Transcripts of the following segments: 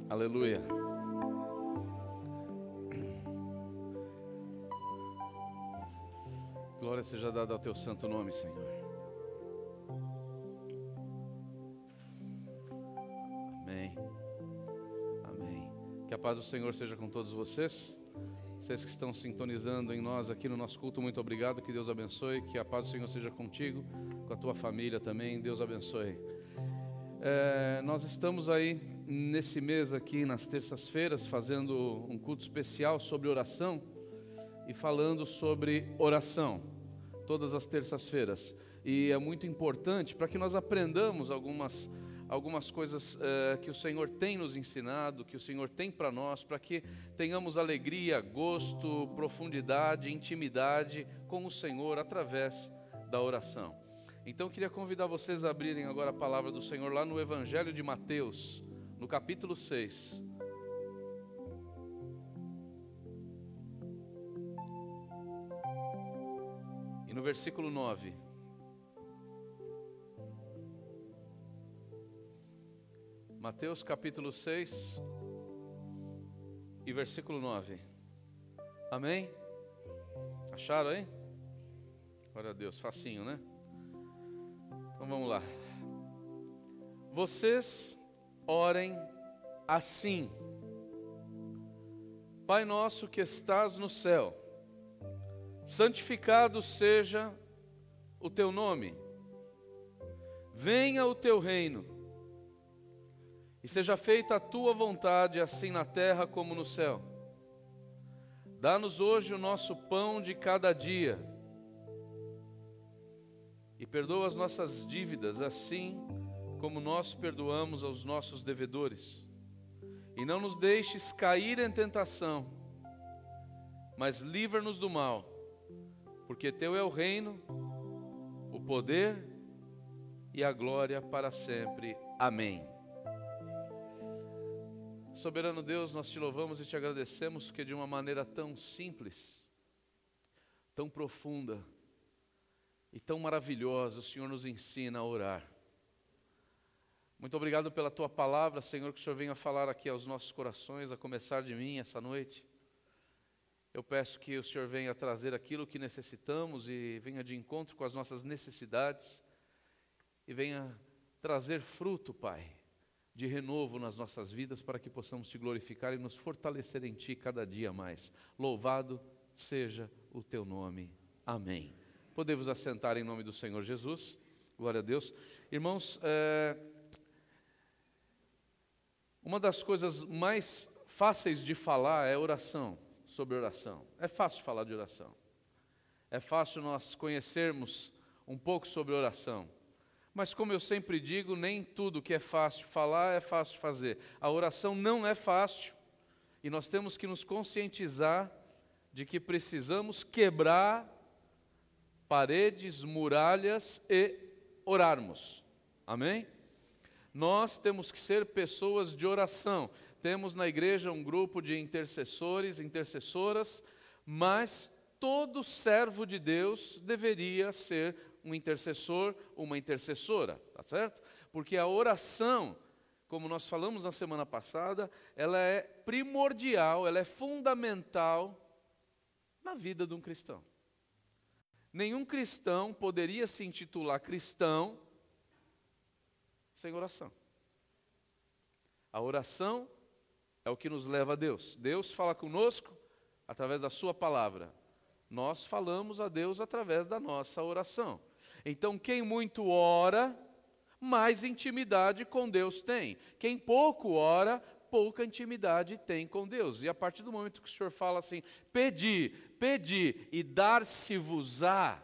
Aleluia. Glória seja dada ao teu santo nome, Senhor. Amém. Amém. Que a paz do Senhor seja com todos vocês. Vocês que estão sintonizando em nós aqui no nosso culto, muito obrigado. Que Deus abençoe. Que a paz do Senhor seja contigo, com a tua família também. Deus abençoe. Nós estamos aí nesse mês aqui, nas terças-feiras, fazendo um culto especial sobre oração e falando sobre oração, todas as terças-feiras. E é muito importante para que nós aprendamos algumas coisas que o Senhor tem nos ensinado, que o Senhor tem para nós, para que tenhamos alegria, gosto, profundidade, intimidade com o Senhor através da oração. Então eu queria convidar vocês a abrirem agora a palavra do Senhor lá no Evangelho de Mateus, no capítulo 6. E no versículo 9. Mateus capítulo 6 e versículo 9. Amém? Acharam aí? Glória a Deus, facinho, né? Então vamos lá. Vocês orem assim: Pai nosso que estás no céu, santificado seja o teu nome. Venha o teu reino, e seja feita a tua vontade, assim na terra como no céu. Dá-nos hoje o nosso pão de cada dia. E perdoa as nossas dívidas, assim como nós perdoamos aos nossos devedores. E não nos deixes cair em tentação, mas livra-nos do mal, porque teu é o reino, o poder e a glória para sempre. Amém. Soberano Deus, nós te louvamos e te agradecemos, porque de uma maneira tão simples, tão profunda e tão maravilhosa, o Senhor nos ensina a orar. Muito obrigado pela tua palavra, Senhor, que o Senhor venha falar aqui aos nossos corações, a começar de mim essa noite. Eu peço que o Senhor venha trazer aquilo que necessitamos e venha de encontro com as nossas necessidades e venha trazer fruto, Pai, de renovo nas nossas vidas, para que possamos te glorificar e nos fortalecer em ti cada dia mais. Louvado seja o teu nome. Amém. Podemos assentar em nome do Senhor Jesus. Glória a Deus. Irmãos, uma das coisas mais fáceis de falar é oração, sobre oração. É fácil falar de oração. É fácil nós conhecermos um pouco sobre oração. Mas como eu sempre digo, nem tudo que é fácil falar é fácil fazer. A oração não é fácil e nós temos que nos conscientizar de que precisamos quebrar paredes, muralhas e orarmos. Amém? Nós temos que ser pessoas de oração. Temos na igreja um grupo de intercessores, intercessoras, mas todo servo de Deus deveria ser um intercessor, uma intercessora, tá certo? Porque a oração, como nós falamos na semana passada, ela é primordial, ela é fundamental na vida de um cristão. Nenhum cristão poderia se intitular cristão sem oração. A oração é o que nos leva a Deus. Deus fala conosco através da sua palavra. Nós falamos a Deus através da nossa oração. Então, quem muito ora, mais intimidade com Deus tem. Quem pouco ora, pouca intimidade tem com Deus. E a partir do momento que o Senhor fala assim: pedi e dar-se-vos-á,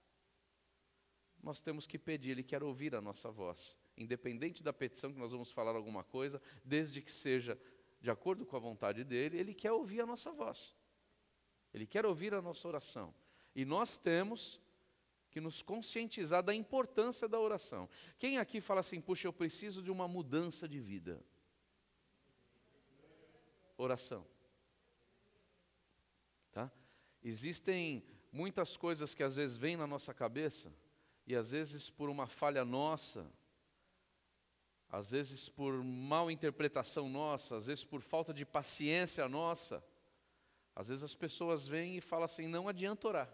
nós temos que pedir. Ele quer ouvir a nossa voz, independente da petição que nós vamos falar alguma coisa, desde que seja de acordo com a vontade dele. Ele quer ouvir a nossa voz, ele quer ouvir a nossa oração. E nós temos que nos conscientizar da importância da oração. Quem aqui fala assim: puxa, eu preciso de uma mudança de vida? Oração. Tá? Existem muitas coisas que às vezes vêm na nossa cabeça, e às vezes por uma falha nossa, às vezes por mal interpretação nossa, às vezes por falta de paciência nossa, às vezes as pessoas vêm e falam assim, não adianta orar.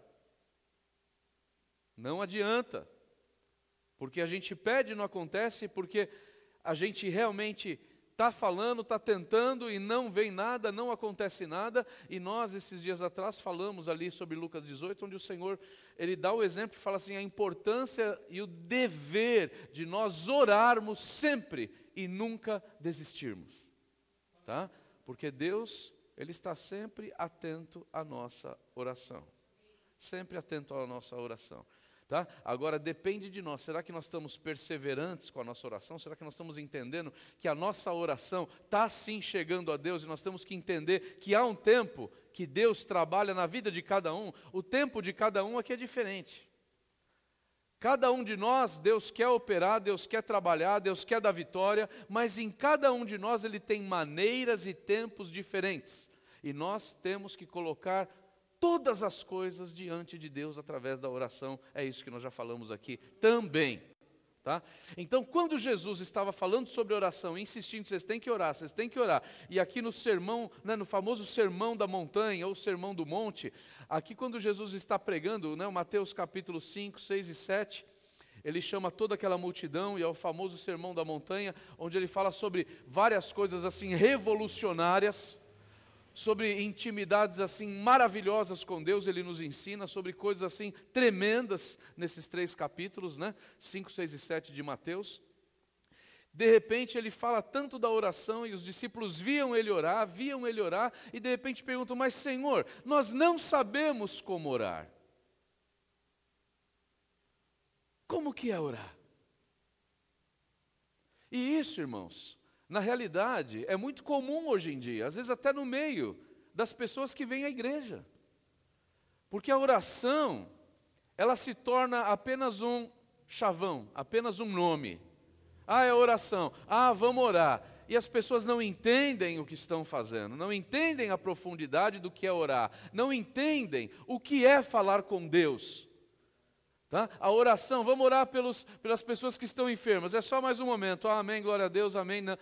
Não adianta. Porque a gente pede e não acontece, porque a gente realmente está falando, está tentando e não vem nada, não acontece nada. E nós, esses dias atrás, falamos ali sobre Lucas 18, onde o Senhor, Ele dá o exemplo e fala assim, a importância e o dever de nós orarmos sempre e nunca desistirmos. Tá? Porque Deus, Ele está sempre atento à nossa oração. Sempre atento à nossa oração. Tá? Agora depende de nós, será que nós estamos perseverantes com a nossa oração? Será que nós estamos entendendo que a nossa oração está sim chegando a Deus e nós temos que entender que há um tempo que Deus trabalha na vida de cada um, o tempo de cada um aqui é diferente. Cada um de nós, Deus quer operar, Deus quer trabalhar, Deus quer dar vitória, mas em cada um de nós Ele tem maneiras e tempos diferentes. E nós temos que colocar todas as coisas diante de Deus através da oração, é isso que nós já falamos aqui também. Tá? Então, quando Jesus estava falando sobre oração, insistindo, vocês têm que orar, e aqui no sermão, né, no famoso sermão da montanha, ou sermão do monte, aqui quando Jesus está pregando, né, Mateus capítulo 5, 6 e 7, ele chama toda aquela multidão, e é o famoso sermão da montanha, onde ele fala sobre várias coisas assim revolucionárias, sobre intimidades assim maravilhosas com Deus, Ele nos ensina sobre coisas assim tremendas nesses 3 capítulos, né? 5, 6 e 7 de Mateus. De repente Ele fala tanto da oração e os discípulos viam Ele orar, e de repente perguntam, mas Senhor, nós não sabemos como orar. Como que é orar? E isso, irmãos, na realidade, é muito comum hoje em dia, às vezes até no meio das pessoas que vêm à igreja. Porque a oração, ela se torna apenas um chavão, apenas um nome. Ah, é oração. Ah, vamos orar. E as pessoas não entendem o que estão fazendo, não entendem a profundidade do que é orar, não entendem o que é falar com Deus. Tá? A oração, vamos orar pelas pessoas que estão enfermas, é só mais um momento, amém, glória a Deus, amém. Não.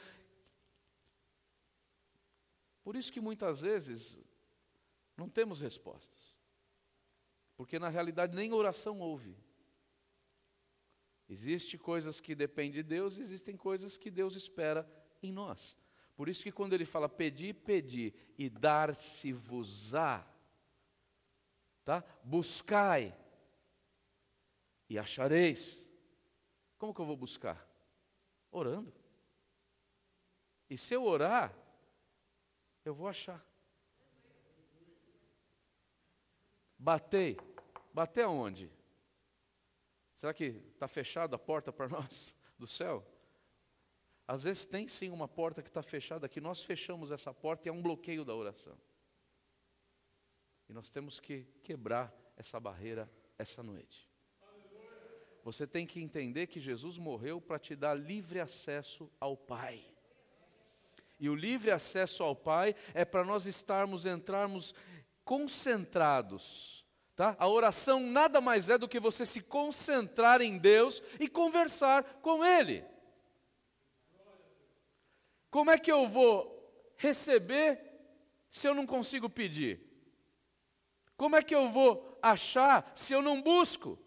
Por isso que muitas vezes não temos respostas, porque na realidade nem oração houve. Existem coisas que dependem de Deus, existem coisas que Deus espera em nós. Por isso que quando Ele fala pedi, pedi e dar-se-vos-á, tá? Buscai e achareis. Como que eu vou buscar? Orando. E se eu orar, eu vou achar. Batei. Bater aonde? Será que está fechada a porta para nós do céu? Às vezes tem sim uma porta que está fechada aqui, nós fechamos essa porta e é um bloqueio da oração. E nós temos que quebrar essa barreira essa noite. Você tem que entender que Jesus morreu para te dar livre acesso ao Pai. E o livre acesso ao Pai é para nós entrarmos concentrados. Tá? A oração nada mais é do que você se concentrar em Deus e conversar com Ele. Como é que eu vou receber se eu não consigo pedir? Como é que eu vou achar se eu não busco?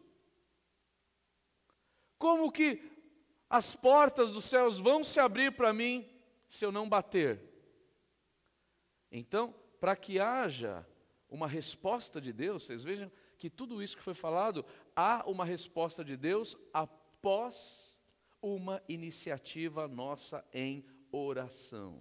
Como que as portas dos céus vão se abrir para mim se eu não bater? Então, para que haja uma resposta de Deus, vocês vejam que tudo isso que foi falado, há uma resposta de Deus após uma iniciativa nossa em oração.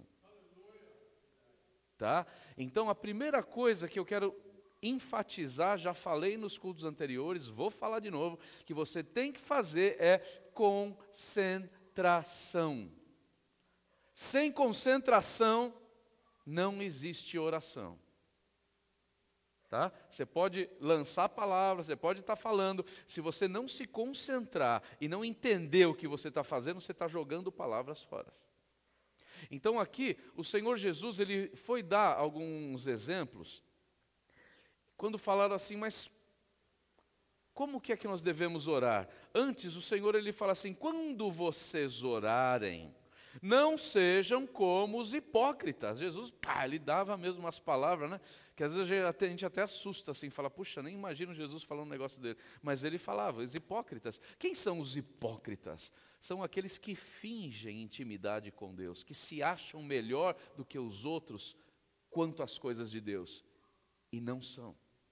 Tá? Então, a primeira coisa que eu quero enfatizar, já falei nos cultos anteriores, vou falar de novo, que você tem que fazer é concentração. Sem concentração, não existe oração. Tá? Você pode lançar palavras, você pode estar falando, se você não se concentrar e não entender o que você está fazendo, você está jogando palavras fora. Então aqui, o Senhor Jesus, Ele foi dar alguns exemplos, quando falaram assim, mas como que é que nós devemos orar? Antes, o Senhor, Ele fala assim, quando vocês orarem, Não sejam como os hipócritas. Jesus, ele dava mesmo umas palavras, né? Que às vezes a gente até assusta assim, fala, puxa, nem imagino Jesus falando um negócio dele. Mas ele falava, os hipócritas. Quem são os hipócritas? São aqueles que fingem intimidade com Deus, que se acham melhor do que os outros quanto às coisas de Deus. E não são.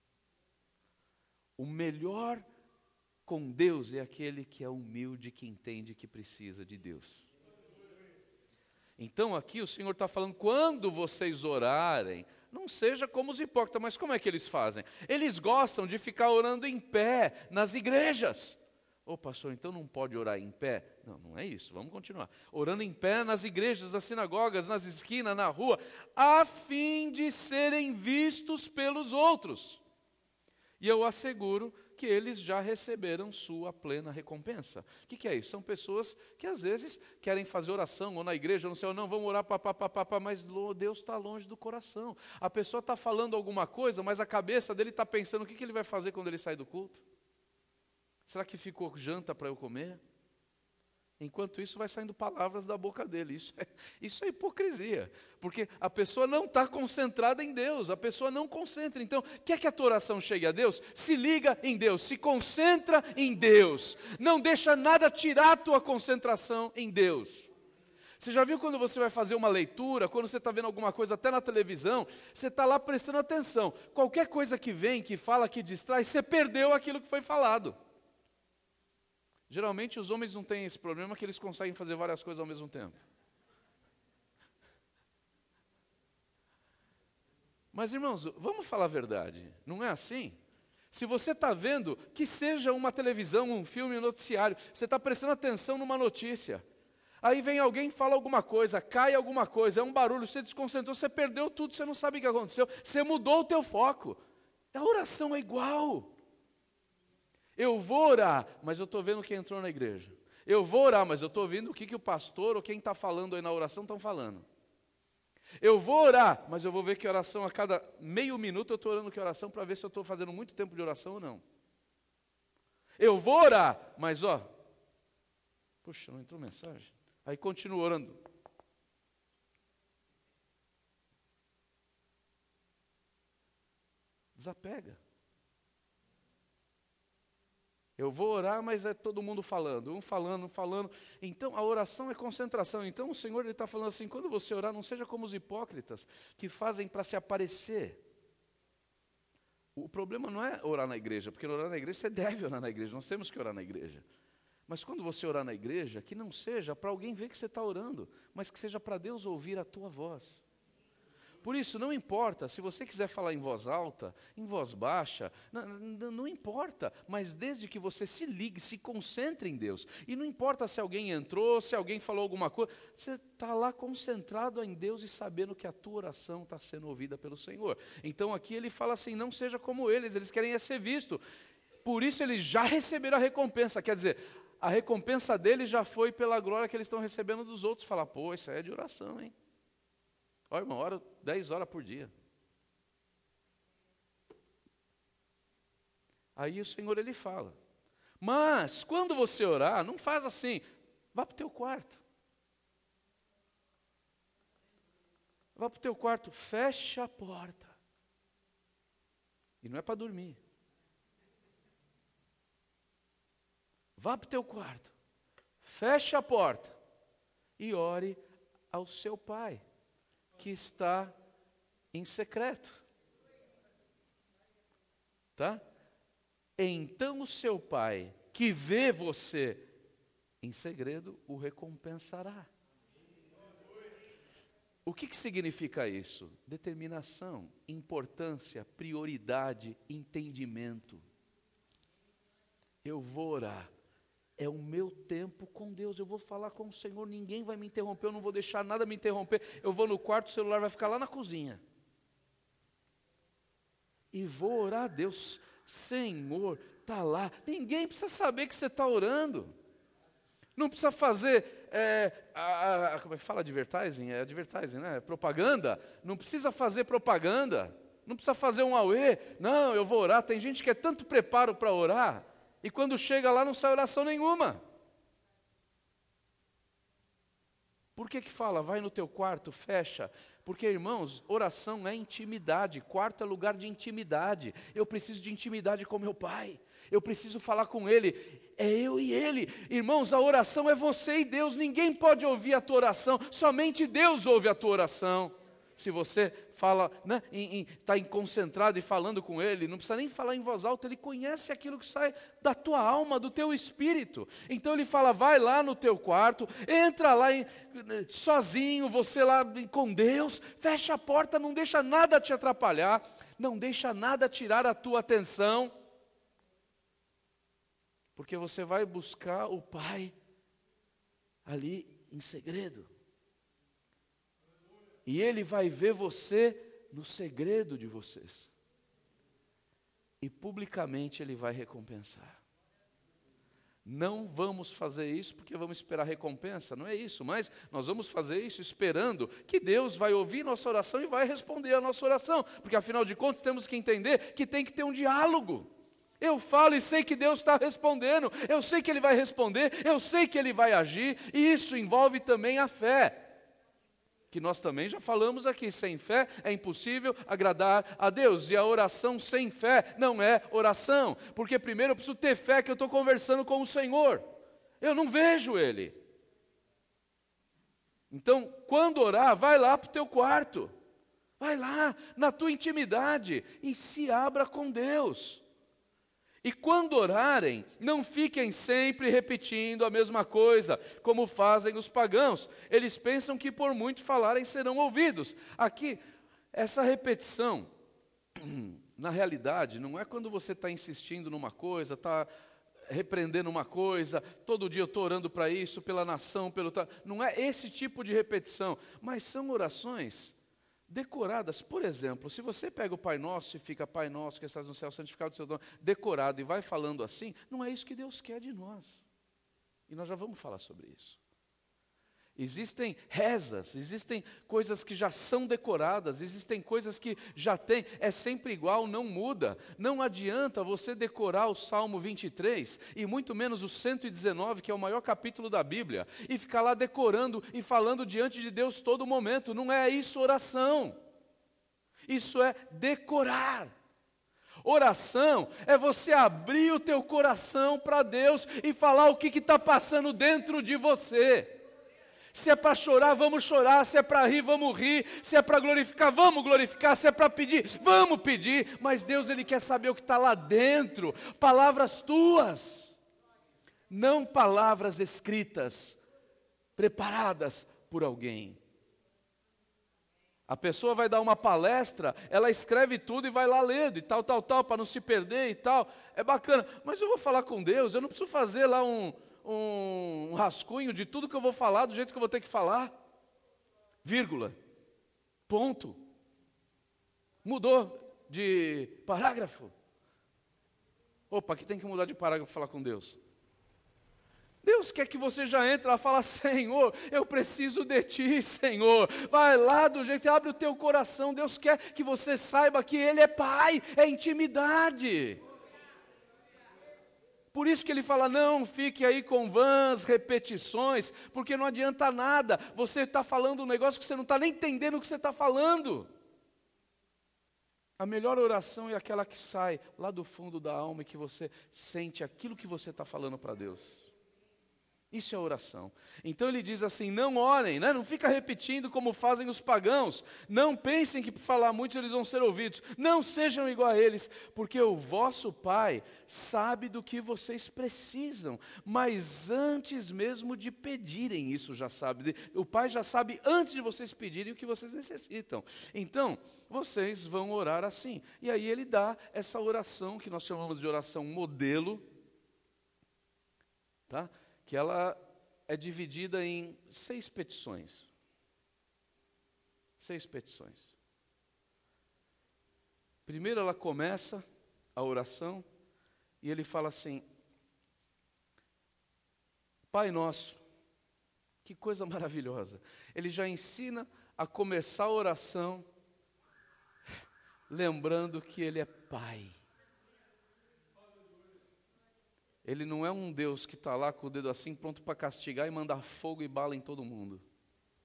O melhor com Deus é aquele que é humilde, que entende que precisa de Deus. Então aqui o Senhor está falando, quando vocês orarem, não seja como os hipócritas. Mas como é que eles fazem? Eles gostam de ficar orando em pé nas igrejas. Ô pastor, então não pode orar em pé? Não, não é isso, vamos continuar. Orando em pé nas igrejas, nas sinagogas, nas esquinas, na rua, a fim de serem vistos pelos outros. E eu asseguro que eles já receberam sua plena recompensa. O que é isso? São pessoas que às vezes querem fazer oração, ou na igreja, ou no céu, não, vamos orar, mas Deus está longe do coração. A pessoa está falando alguma coisa, mas a cabeça dele está pensando, o que ele vai fazer quando ele sai do culto? Será que ficou janta para eu comer? Enquanto isso vai saindo palavras da boca dele. Isso é hipocrisia, porque a pessoa não está concentrada em Deus, a pessoa não concentra. Então, quer que a tua oração chegue a Deus? Se liga em Deus, se concentra em Deus. Não deixa nada tirar a tua concentração em Deus. Você já viu quando você vai fazer uma leitura, quando você está vendo alguma coisa até na televisão, você está lá prestando atenção. Qualquer coisa que vem, que fala, que distrai, você perdeu aquilo que foi falado. Geralmente os homens não têm esse problema, que eles conseguem fazer várias coisas ao mesmo tempo. Mas irmãos, vamos falar a verdade, não é assim? Se você está vendo, que seja uma televisão, um filme, um noticiário, você está prestando atenção numa notícia, aí vem alguém e fala alguma coisa, cai alguma coisa, é um barulho, você desconcentrou, você perdeu tudo, você não sabe o que aconteceu, você mudou o teu foco. A oração é igual. Eu vou orar, mas eu estou vendo quem entrou na igreja. Eu vou orar, mas eu estou ouvindo o que o pastor ou quem está falando aí na oração estão falando. Eu vou orar, mas eu vou ver que oração a cada meio minuto eu estou orando que oração para ver se eu estou fazendo muito tempo de oração ou não. Eu vou orar, mas puxa, não entrou mensagem. Aí continuo orando. Desapega. Eu vou orar, mas é todo mundo falando, um falando. Então, a oração é concentração. Então, o Senhor está falando assim, quando você orar, não seja como os hipócritas, que fazem para se aparecer. O problema não é orar na igreja, porque orar na igreja, você deve orar na igreja, nós temos que orar na igreja. Mas quando você orar na igreja, que não seja para alguém ver que você está orando, mas que seja para Deus ouvir a tua voz. Por isso, não importa, se você quiser falar em voz alta, em voz baixa, não importa, mas desde que você se ligue, se concentre em Deus. E não importa se alguém entrou, se alguém falou alguma coisa, você está lá concentrado em Deus e sabendo que a tua oração está sendo ouvida pelo Senhor. Então aqui ele fala assim, não seja como eles querem ser visto. Por isso eles já receberam a recompensa, quer dizer, a recompensa deles já foi pela glória que eles estão recebendo dos outros. Falar, pô, isso aí é de oração, hein? Olha, irmão, ora 10 horas por dia. Aí o Senhor, ele fala. Mas, quando você orar, não faz assim. Vá para o teu quarto. Vá para o teu quarto, fecha a porta. E não é para dormir. Vá para o teu quarto, fecha a porta e ore ao seu Pai, que está em secreto. Tá? Então o seu Pai, que vê você em segredo, o recompensará. O que significa isso? Determinação, importância, prioridade, entendimento. Eu vou orar. É o meu tempo com Deus, eu vou falar com o Senhor, ninguém vai me interromper, eu não vou deixar nada me interromper, eu vou no quarto, o celular vai ficar lá na cozinha. E vou orar a Deus, Senhor, está lá, ninguém precisa saber que você está orando. Não precisa fazer, como é que fala advertising? É advertising, né? Propaganda. Não precisa fazer propaganda, não precisa fazer um auê, não, eu vou orar, tem gente que é tanto preparo para orar, e quando chega lá não sai oração nenhuma. Por que fala, vai no teu quarto, fecha? Porque, irmãos, oração é intimidade, quarto é lugar de intimidade. Eu preciso de intimidade com meu Pai, eu preciso falar com Ele, é eu e Ele. Irmãos, a oração é você e Deus, ninguém pode ouvir a tua oração, somente Deus ouve a tua oração. Se você fala, né, está concentrado e falando com Ele, não precisa nem falar em voz alta, Ele conhece aquilo que sai da tua alma, do teu espírito. Então Ele fala, vai lá no teu quarto, entra lá sozinho, você lá com Deus, fecha a porta, não deixa nada te atrapalhar, não deixa nada tirar a tua atenção, porque você vai buscar o Pai ali em segredo. E Ele vai ver você no segredo de vocês. E publicamente Ele vai recompensar. Não vamos fazer isso porque vamos esperar recompensa, não é isso. Mas nós vamos fazer isso esperando que Deus vai ouvir nossa oração e vai responder a nossa oração. Porque afinal de contas temos que entender que tem que ter um diálogo. Eu falo e sei que Deus está respondendo. Eu sei que Ele vai responder, eu sei que Ele vai agir. E isso envolve também a fé. Que nós também já falamos aqui, sem fé é impossível agradar a Deus, e a oração sem fé não é oração, porque primeiro eu preciso ter fé que eu estou conversando com o Senhor, eu não vejo Ele. Então, quando orar, vai lá para o teu quarto, vai lá na tua intimidade e se abra com Deus. E quando orarem, não fiquem sempre repetindo a mesma coisa, como fazem os pagãos. Eles pensam que por muito falarem serão ouvidos. Aqui, essa repetição, na realidade, não é quando você está insistindo numa coisa, está repreendendo uma coisa, todo dia eu estou orando para isso, pela nação, não é esse tipo de repetição, mas são orações decoradas. Por exemplo, se você pega o Pai Nosso e fica Pai Nosso que estás no céu, santificado o seu nome, decorado e vai falando assim, não é isso que Deus quer de nós. E nós já vamos falar sobre isso. Existem rezas, existem coisas que já são decoradas, existem coisas que já tem, é sempre igual, não muda. Não adianta você decorar o Salmo 23, e muito menos o 119, que é o maior capítulo da Bíblia, e ficar lá decorando e falando diante de Deus todo momento. Não é isso oração. Isso é decorar. Oração é você abrir o teu coração para Deus e falar o que está passando dentro de você. Se é para chorar, vamos chorar. Se é para rir, vamos rir. Se é para glorificar, vamos glorificar. Se é para pedir, vamos pedir. Mas Deus, Ele quer saber o que está lá dentro. Palavras tuas. Não palavras escritas, preparadas por alguém. A pessoa vai dar uma palestra, ela escreve tudo e vai lá lendo, e tal, para não se perder e tal. É bacana. Mas eu vou falar com Deus, eu não preciso fazer lá um rascunho de tudo que eu vou falar, do jeito que eu vou ter que falar, vírgula, ponto, mudou de parágrafo, opa, aqui tem que mudar de parágrafo para falar com Deus. Deus quer que você já entre lá e fala, Senhor, eu preciso de Ti, Senhor, vai lá do jeito, abre o teu coração. Deus quer que você saiba que Ele é Pai, é intimidade. Por isso que Ele fala, não fique aí com vãs repetições, porque não adianta nada, você está falando um negócio que você não está nem entendendo o que você está falando. A melhor oração é aquela que sai lá do fundo da alma e que você sente aquilo que você está falando para Deus. Isso é oração. Então ele diz assim, não orem, né? Não fica repetindo como fazem os pagãos. Não pensem que por falar muito eles vão ser ouvidos. Não sejam igual a eles, porque o vosso Pai sabe do que vocês precisam. Mas antes mesmo de pedirem, isso já sabe. O Pai já sabe antes de vocês pedirem o que vocês necessitam. Então, vocês vão orar assim. E aí ele dá essa oração que nós chamamos de oração modelo, tá? Que ela é dividida em 6 petições. 6 petições. Primeiro ela começa a oração e ele fala assim, Pai Nosso, que coisa maravilhosa. Ele já ensina a começar a oração lembrando que Ele é Pai. Ele não é um Deus que está lá com o dedo assim, pronto para castigar e mandar fogo e bala em todo mundo.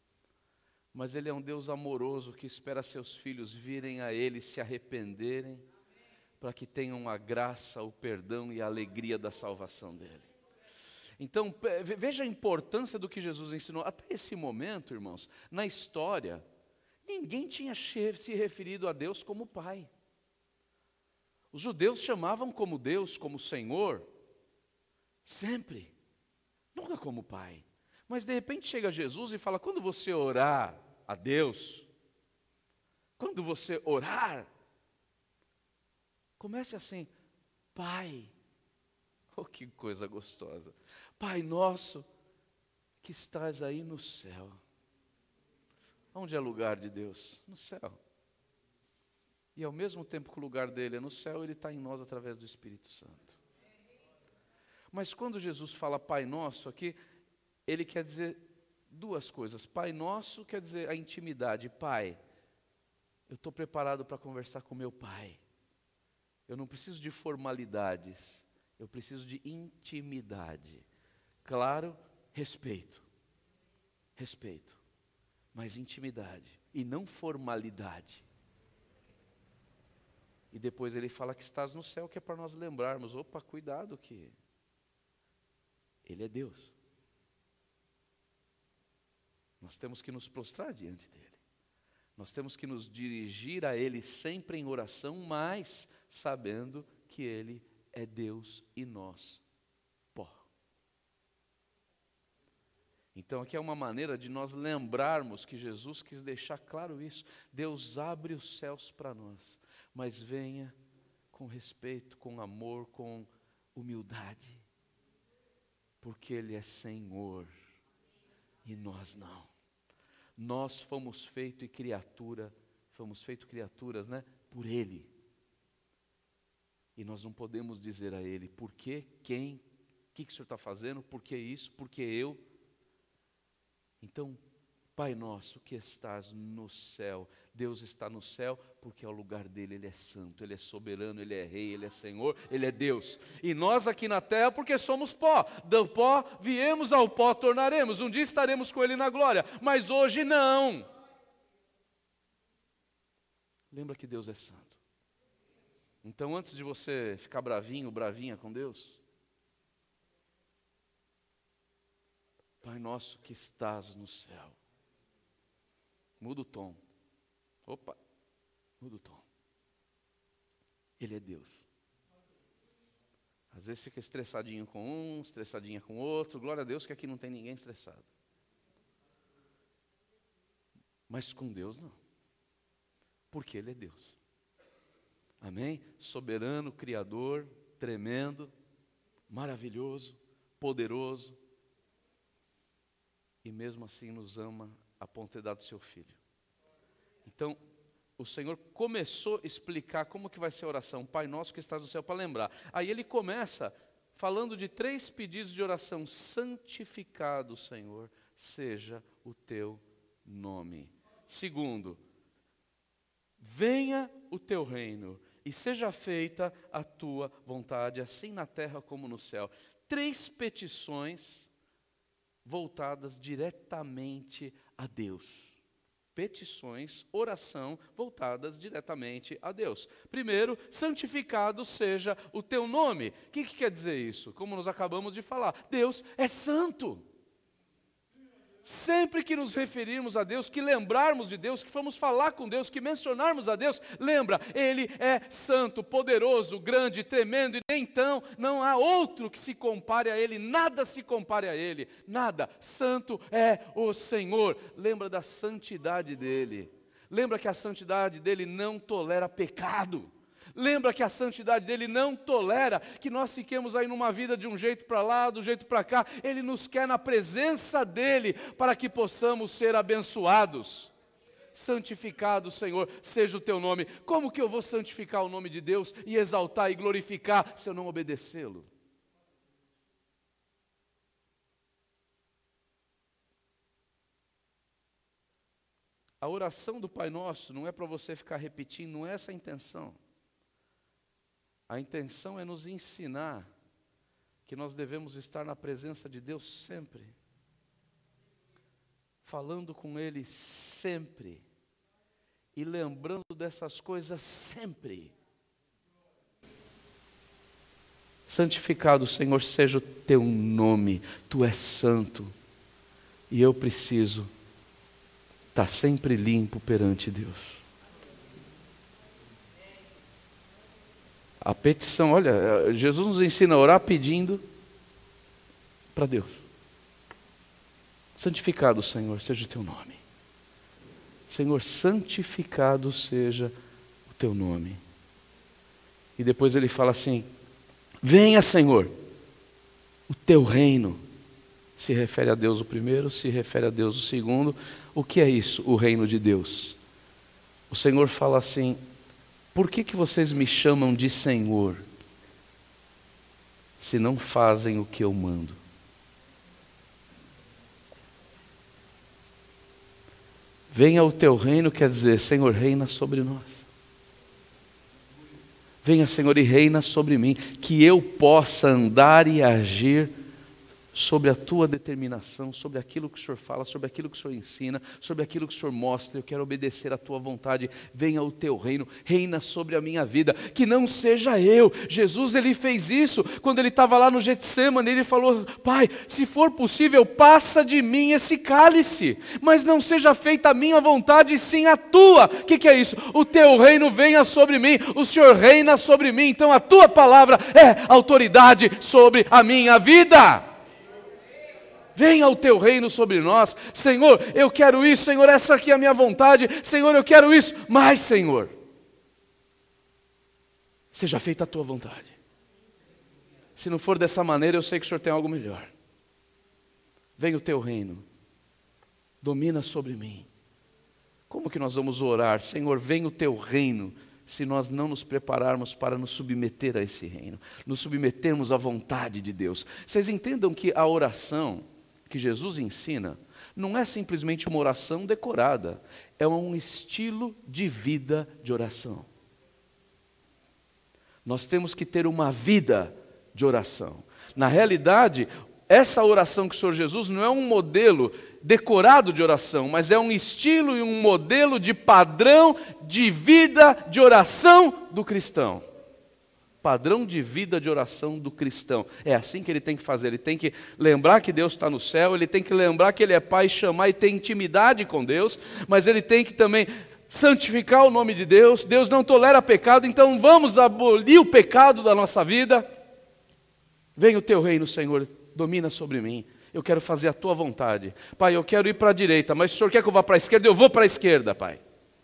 Mas Ele é um Deus amoroso que espera seus filhos virem a Ele, se arrependerem, para que tenham a graça, o perdão e a alegria da salvação dEle. Então, veja a importância do que Jesus ensinou. Até esse momento, irmãos, na história, ninguém tinha se referido a Deus como Pai. Os judeus chamavam como Deus, como Senhor, sempre, nunca como Pai. Mas de repente chega Jesus e fala, quando você orar a Deus, quando você orar, comece assim, Pai, oh que coisa gostosa, Pai nosso que estás aí no céu. Onde é o lugar de Deus? No céu. E ao mesmo tempo que o lugar dele é no céu, ele está em nós através do Espírito Santo. Mas quando Jesus fala Pai Nosso aqui, ele quer dizer duas coisas. Pai Nosso quer dizer a intimidade. Pai, eu estou preparado para conversar com meu Pai. Eu não preciso de formalidades, eu preciso de intimidade. Claro, respeito. Respeito. Mas intimidade e não formalidade. E depois ele fala que estás no céu, que é para nós lembrarmos, opa, cuidado que Ele é Deus. Nós temos que nos prostrar diante dEle. Nós temos que nos dirigir a Ele sempre em oração, mas sabendo que Ele é Deus e nós, pó. Então aqui é uma maneira de nós lembrarmos que Jesus quis deixar claro isso. Deus abre os céus para nós, mas venha com respeito, com amor, com humildade, porque Ele é Senhor e nós não. Nós fomos feitos criaturas, né, por Ele. E nós não podemos dizer a Ele, por quê, quem, o que o Senhor está fazendo, por que isso, por que eu. Então, Pai nosso que estás no céu, Deus está no céu porque é o lugar dele, Ele é santo, Ele é soberano, Ele é rei, Ele é Senhor, Ele é Deus. E nós aqui na terra porque somos pó, do pó viemos, ao pó tornaremos, um dia estaremos com Ele na glória, mas hoje não. Lembra que Deus é santo. Então antes de você ficar bravinho, bravinha com Deus, Pai nosso que estás no céu. Muda o tom. Opa, muda o tom. Ele é Deus. Às vezes fica estressadinho com um, estressadinha com outro. Glória a Deus que aqui não tem ninguém estressado. Mas com Deus não. Porque Ele é Deus. Amém? Soberano, Criador, tremendo, maravilhoso, poderoso. E mesmo assim nos ama a ponto de dar do seu Filho. Então, o Senhor começou a explicar como que vai ser a oração. Pai nosso que estás no céu, para lembrar. Aí Ele começa falando de 3 pedidos de oração. Santificado, Senhor, seja o teu nome. Segundo, venha o teu reino e seja feita a tua vontade, assim na terra como no céu. 3 petições voltadas diretamente a Deus. Petições, oração, voltadas diretamente a Deus. Primeiro, santificado seja o teu nome. O que quer dizer isso? Como nós acabamos de falar, Deus é santo. Sempre que nos referirmos a Deus, que lembrarmos de Deus, que formos falar com Deus, que mencionarmos a Deus, lembra, Ele é santo, poderoso, grande, tremendo, e então não há outro que se compare a Ele, nada se compare a Ele, nada. Santo é o Senhor. Lembra da santidade dEle. Lembra que a santidade dEle não tolera pecado. Lembra que a santidade dEle não tolera que nós fiquemos aí numa vida de um jeito para lá, do jeito para cá. Ele nos quer na presença dEle para que possamos ser abençoados. Santificado, Senhor, seja o teu nome. Como que eu vou santificar o nome de Deus e exaltar e glorificar se eu não obedecê-lo? A oração do Pai Nosso não é para você ficar repetindo, não é essa a intenção. A intenção é nos ensinar que nós devemos estar na presença de Deus sempre. falando com Ele sempre e lembrando dessas coisas sempre. Santificado, Senhor, seja o teu nome, tu és santo, e eu preciso estar sempre limpo perante Deus. A petição, olha, Jesus nos ensina a orar pedindo para Deus. Santificado, Senhor, seja o teu nome. Senhor, santificado seja o teu nome. E depois ele fala assim: venha, Senhor, o teu reino. Se refere a Deus o primeiro, se refere a Deus o segundo. O que é isso, o reino de Deus? O Senhor fala assim: por que vocês me chamam de Senhor, se não fazem o que eu mando? Venha o teu reino quer dizer, Senhor, reina sobre nós. Venha, Senhor, e reina sobre mim, que eu possa andar e agir sobre a tua determinação, sobre aquilo que o Senhor fala, sobre aquilo que o Senhor ensina, sobre aquilo que o Senhor mostra. Eu quero obedecer à tua vontade. Venha o teu reino, reina sobre a minha vida, que não seja eu. Jesus, ele fez isso quando ele estava lá no Getsemane. Ele falou: Pai, se for possível, passa de mim esse cálice, mas não seja feita a minha vontade, sim a tua. O que é isso? O teu reino venha sobre mim, o Senhor reina sobre mim, então a tua palavra é autoridade sobre a minha vida. Venha o teu reino sobre nós. Senhor, eu quero isso. Senhor, essa aqui é a minha vontade. Senhor, eu quero isso. Mas, Senhor, seja feita a tua vontade. Se não for dessa maneira, eu sei que o Senhor tem algo melhor. Venha o teu reino, domina sobre mim. Como que nós vamos orar? Senhor, venha o teu reino, se nós não nos prepararmos para nos submeter a esse reino, nos submetermos à vontade de Deus. Vocês entendam que a oração que Jesus ensina não é simplesmente uma oração decorada, é um estilo de vida de oração. Nós temos que ter uma vida de oração. Na realidade, essa oração que o Senhor Jesus não é um modelo decorado de oração, mas é um estilo e um modelo de padrão de vida de oração do cristão. Padrão de vida de oração do cristão. É assim que ele tem que fazer. Ele tem que lembrar que Deus está no céu, ele tem que lembrar que ele é Pai, chamar e ter intimidade com Deus, mas ele tem que também santificar o nome de Deus. Deus não tolera pecado, então vamos abolir o pecado da nossa vida. Venha o teu reino, Senhor, domina sobre mim. Eu quero fazer a tua vontade. Pai, eu quero ir para a direita, mas se o Senhor quer que eu vá para a esquerda, eu vou para a esquerda, Pai.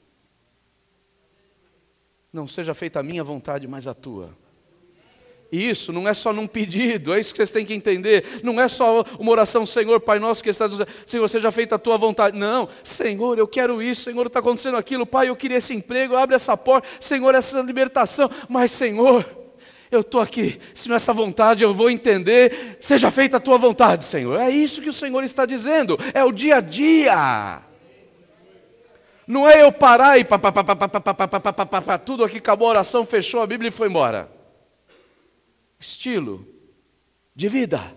Não seja feita a minha vontade, mas a tua. E isso não é só num pedido, é isso que vocês têm que entender. Não é só uma oração: Senhor, Pai nosso que estás no céu, Senhor, seja feita a tua vontade. Não, Senhor, eu quero isso, Senhor, está acontecendo aquilo, Pai, eu queria esse emprego, abre essa porta, Senhor, essa libertação. Mas, Senhor, eu estou aqui, se não é essa vontade eu vou entender, seja feita a tua vontade, Senhor. É isso que o Senhor está dizendo, é o dia a dia. Não é eu parar e tudo aqui acabou a oração, fechou a Bíblia e foi embora. Estilo de vida.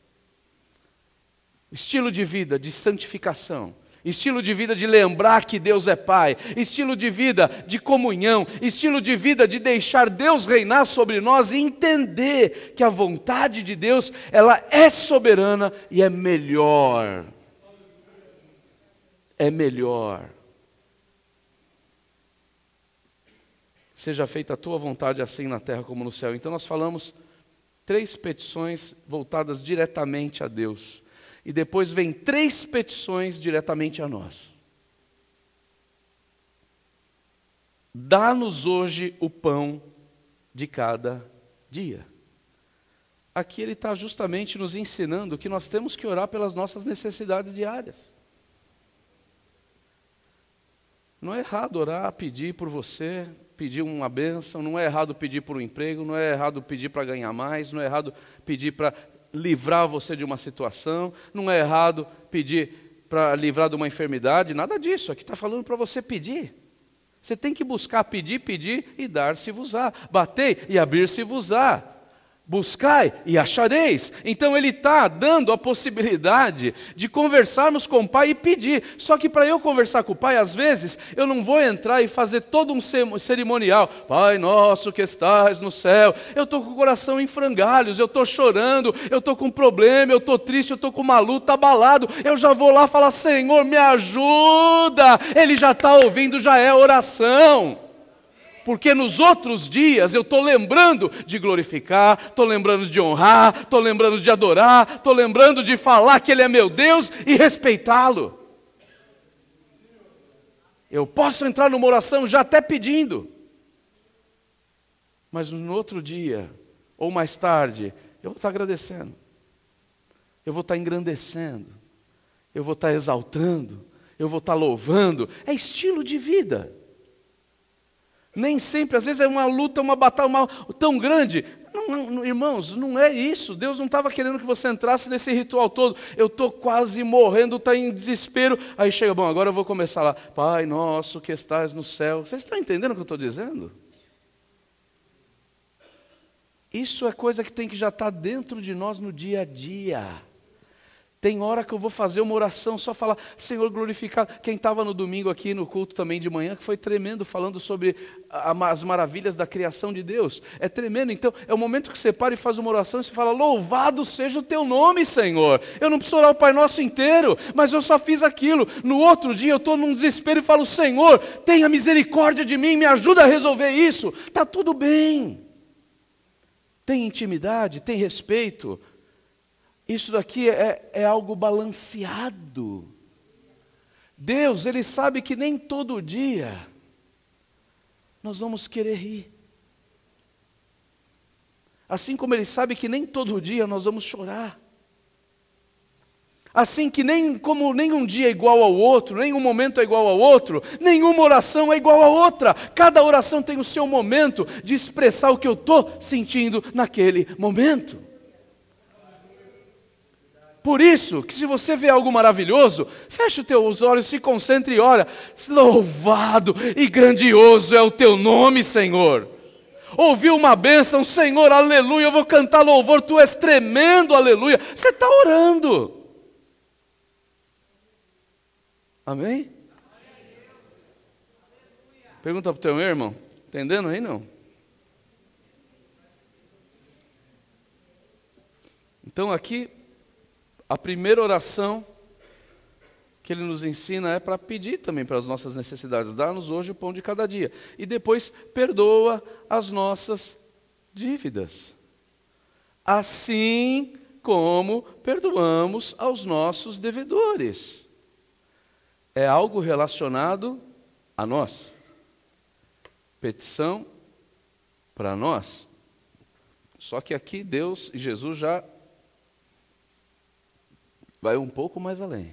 Estilo de vida de santificação. Estilo de vida de lembrar que Deus é Pai. Estilo de vida de comunhão. Estilo de vida de deixar Deus reinar sobre nós e entender que a vontade de Deus, ela é soberana e é melhor. É melhor. Seja feita a tua vontade assim na terra como no céu. Então nós falamos 3 petições voltadas diretamente a Deus. E depois vem 3 petições diretamente a nós. Dá-nos hoje o pão de cada dia. Aqui ele está justamente nos ensinando que nós temos que orar pelas nossas necessidades diárias. Não é errado orar, pedir por você, pedir uma bênção, não é errado pedir por um emprego, não é errado pedir para ganhar mais, não é errado pedir para livrar você de uma situação, não é errado pedir para livrar de uma enfermidade, nada disso. Aqui está falando para você pedir. Você tem que buscar pedir, pedir e dar-se-vos-á. Batei e abrir-se-vos-á. Buscai e achareis. Então ele está dando a possibilidade de conversarmos com o Pai e pedir. Só que para eu conversar com o Pai, às vezes, eu não vou entrar e fazer todo um cerimonial. Pai nosso que estás no céu. Eu estou com o coração em frangalhos, eu estou chorando, eu estou com problema, eu estou triste, eu estou com uma luta, abalado. Eu já vou lá falar, Senhor, me ajuda. Ele já está ouvindo, já é oração. Porque nos outros dias eu estou lembrando de glorificar, estou lembrando de honrar, estou lembrando de adorar, estou lembrando de falar que Ele é meu Deus e respeitá-lo. Eu posso entrar numa oração já até pedindo, mas no outro dia, ou mais tarde, eu vou estar agradecendo, eu vou estar engrandecendo, eu vou estar exaltando, eu vou estar louvando. É estilo de vida. Nem sempre, às vezes é uma luta, uma batalha tão grande. Não, irmãos, não é isso. Deus não estava querendo que você entrasse nesse ritual todo. Eu estou quase morrendo, está em desespero. Aí chega, bom, agora eu vou começar lá. Pai nosso que estás no céu. Vocês estão entendendo o que eu estou dizendo? Isso é coisa que tem que já estar dentro de nós no dia a dia. Tem hora que eu vou fazer uma oração, só falar, Senhor glorificado. Quem estava no domingo aqui no culto também de manhã, que foi tremendo, falando sobre as maravilhas da criação de Deus. É tremendo, então é o momento que você para e faz uma oração e você fala, louvado seja o teu nome, Senhor. Eu não preciso orar o Pai Nosso inteiro, mas eu só fiz aquilo. No outro dia eu estou num desespero e falo, Senhor, tenha misericórdia de mim, me ajuda a resolver isso. Está tudo bem. Tem intimidade, tem respeito. Isso daqui é algo balanceado. Deus, Ele sabe que nem todo dia nós vamos querer rir. Assim como Ele sabe que nem todo dia nós vamos chorar. Assim que como nenhum dia é igual ao outro, nenhum momento é igual ao outro, nenhuma oração é igual a outra. Cada oração tem o seu momento de expressar o que eu estou sentindo naquele momento. Por isso, que se você vê algo maravilhoso, feche os teus olhos, se concentre e ora. Louvado e grandioso é o teu nome, Senhor. Ouviu uma bênção, Senhor, aleluia, eu vou cantar louvor, tu és tremendo, aleluia. Você está orando. Amém? Pergunta para o teu irmão, entendendo aí não? Então aqui, a primeira oração que ele nos ensina é para pedir também para as nossas necessidades. Dá-nos hoje o pão de cada dia. E depois, perdoa as nossas dívidas. Assim como perdoamos aos nossos devedores. É algo relacionado a nós. Petição para nós. Só que aqui Deus e Jesus já vai um pouco mais além.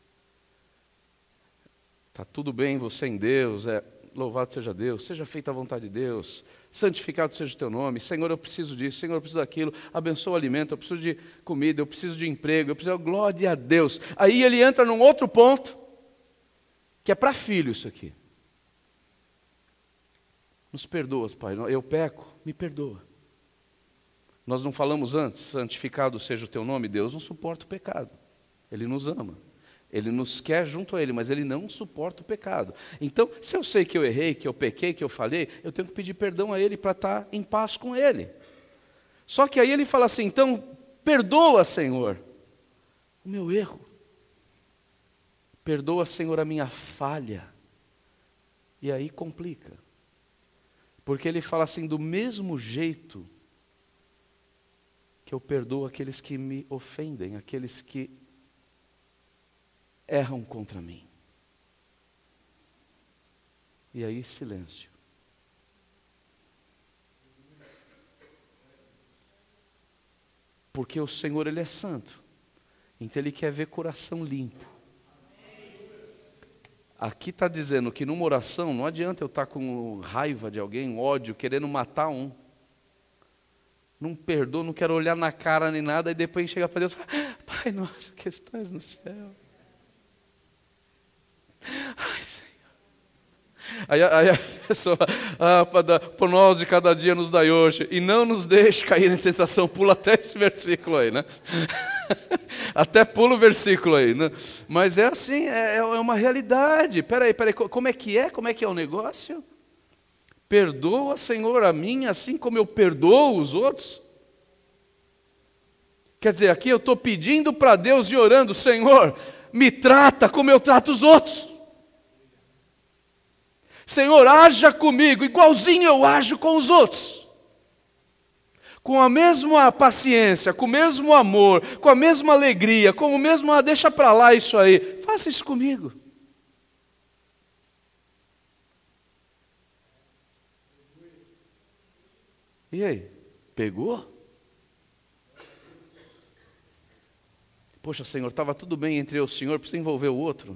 Está tudo bem você em Deus, louvado seja Deus, seja feita a vontade de Deus, santificado seja o teu nome, Senhor, eu preciso disso, Senhor, eu preciso daquilo, abençoa o alimento, eu preciso de comida, eu preciso de emprego, eu preciso, glória a Deus. Aí ele entra num outro ponto, que é para filho isso aqui. Nos perdoas, Pai, eu peco, me perdoa. Nós não falamos antes, santificado seja o teu nome, Deus não suporta o pecado. Ele nos ama, Ele nos quer junto a Ele, mas Ele não suporta o pecado. Então, se eu sei que eu errei, que eu pequei, que eu falhei, eu tenho que pedir perdão a Ele para estar em paz com Ele. Só que aí Ele fala assim, então, perdoa, Senhor, o meu erro. Perdoa, Senhor, a minha falha. E aí complica. Porque Ele fala assim, do mesmo jeito que eu perdoo aqueles que me ofendem, aqueles que erram contra mim. E aí silêncio. Porque o Senhor, Ele é santo. Então Ele quer ver coração limpo. Aqui está dizendo que numa oração não adianta eu estar com raiva de alguém, ódio, querendo matar um. Não perdoo, não quero olhar na cara nem nada, e depois chega para Deus e fala, Pai nosso que estás no céu. Ai, Senhor. Aí a pessoa, por nós de cada dia nos dai hoje, e não nos deixe cair em tentação. Pula até esse versículo aí, né? Até pula o versículo aí, né? Mas é assim, é uma realidade. Peraí, como é que é? Como é que é o negócio? Perdoa, Senhor, a mim, assim como eu perdoo os outros. Quer dizer, aqui eu estou pedindo para Deus e orando, Senhor, me trata como eu trato os outros. Senhor, haja comigo, igualzinho eu ajo com os outros. Com a mesma paciência, com o mesmo amor, com a mesma alegria, com o mesmo, deixa para lá isso aí. Faça isso comigo. E aí, pegou? Poxa, Senhor, estava tudo bem entre eu e o Senhor, precisa envolver o outro?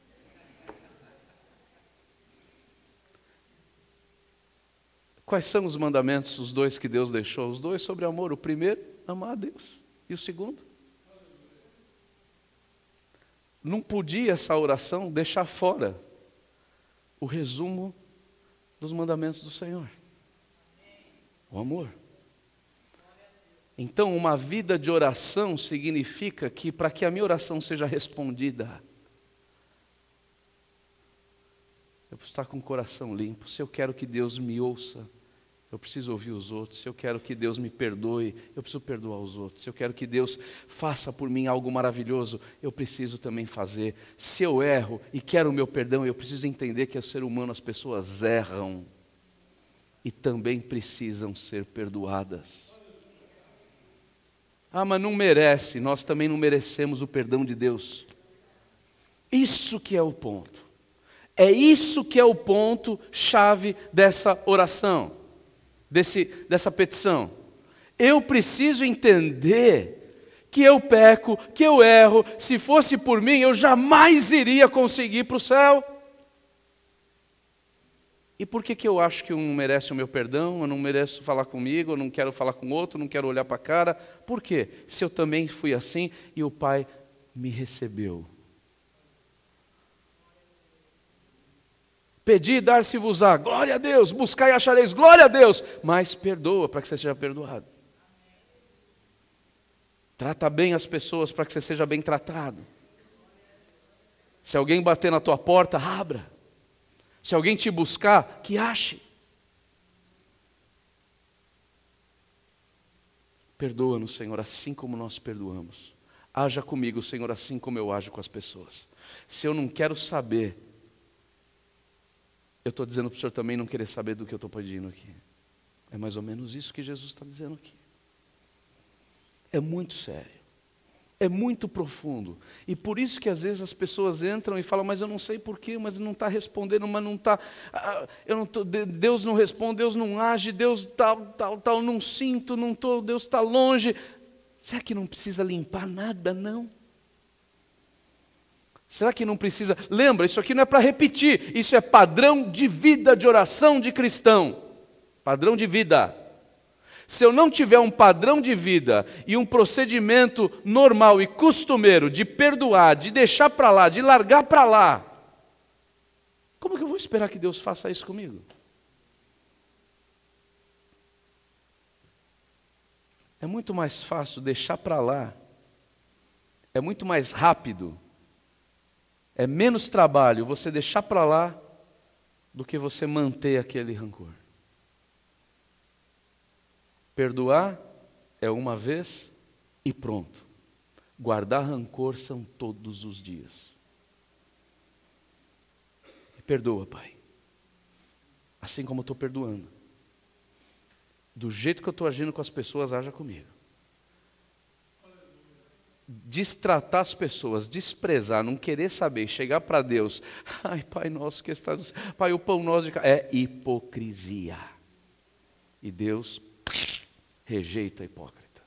Quais são os mandamentos, os dois que Deus deixou? Os dois sobre amor. O primeiro, amar a Deus. E o segundo? Não podia essa oração deixar fora o resumo dos mandamentos do Senhor. O amor. Então, uma vida de oração significa que, para que a minha oração seja respondida, eu preciso estar com o coração limpo. Se eu quero que Deus me ouça, eu preciso ouvir os outros. Se eu quero que Deus me perdoe, eu preciso perdoar os outros. Se eu quero que Deus faça por mim algo maravilhoso, eu preciso também fazer. Se eu erro e quero o meu perdão, eu preciso entender que é ser humano, as pessoas erram e também precisam ser perdoadas. Ah, mas não merece, nós também não merecemos o perdão de Deus. Isso que é o ponto. É isso que é o ponto chave dessa oração, dessa petição. Eu preciso entender que eu peco, que eu erro. Se fosse por mim, eu jamais iria conseguir ir para o céu. E por que eu acho que um não merece o meu perdão, eu não mereço falar comigo, eu não quero falar com outro, não quero olhar para a cara? Por quê? Se eu também fui assim e o Pai me recebeu. Pedi e dar-se-vos-á, glória a Deus, buscai e achareis, glória a Deus, mas perdoa para que você seja perdoado. Trata bem as pessoas para que você seja bem tratado. Se alguém bater na tua porta, abra. Se alguém te buscar, que ache. Perdoa-nos, Senhor, assim como nós perdoamos. Haja comigo, Senhor, assim como eu ajo com as pessoas. Se eu não quero saber, eu estou dizendo para o Senhor também não querer saber do que eu estou pedindo aqui. É mais ou menos isso que Jesus está dizendo aqui. É muito sério. É muito profundo. E por isso que às vezes as pessoas entram e falam, mas eu não sei porquê, mas não está respondendo, mas não está. Deus não responde, Deus não age, Deus tal, não sinto, não estou, Deus está longe. Será que não precisa limpar nada, não? Será que não precisa? Lembra, isso aqui não é para repetir, isso é padrão de vida, de oração de cristão. Padrão de vida. Se eu não tiver um padrão de vida e um procedimento normal e costumeiro de perdoar, de deixar para lá, de largar para lá, como que eu vou esperar que Deus faça isso comigo? É muito mais fácil deixar para lá, é muito mais rápido, é menos trabalho você deixar para lá do que você manter aquele rancor. Perdoar é uma vez e pronto. Guardar rancor são todos os dias. Perdoa, Pai. Assim como eu estou perdoando. Do jeito que eu estou agindo com as pessoas, haja comigo. Destratar as pessoas, desprezar, não querer saber, chegar para Deus. Ai, Pai nosso que estás... Pai, o pão nosso de... É hipocrisia. E Deus... rejeita a hipócrita.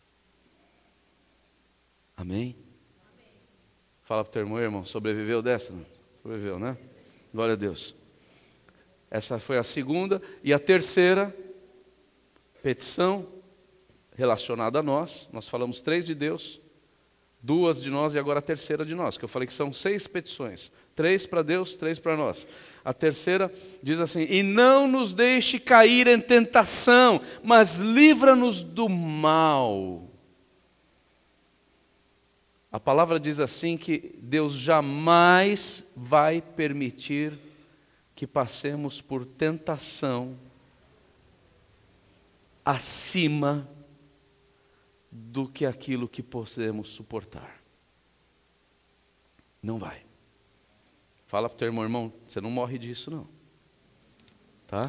Amém? Fala para o teu irmão, sobreviveu dessa? Não? Sobreviveu, né? Glória a Deus. Essa foi a segunda. E a terceira petição relacionada a nós. Nós falamos 3 de Deus, 2 de nós e agora a terceira de nós. Que eu falei que são 6 petições. 3 para Deus, 3 para nós. A terceira diz assim: e não nos deixe cair em tentação, mas livra-nos do mal. A palavra diz assim que Deus jamais vai permitir que passemos por tentação acima do que aquilo que podemos suportar. Não vai. Fala para o teu irmão, você não morre disso não. Tá?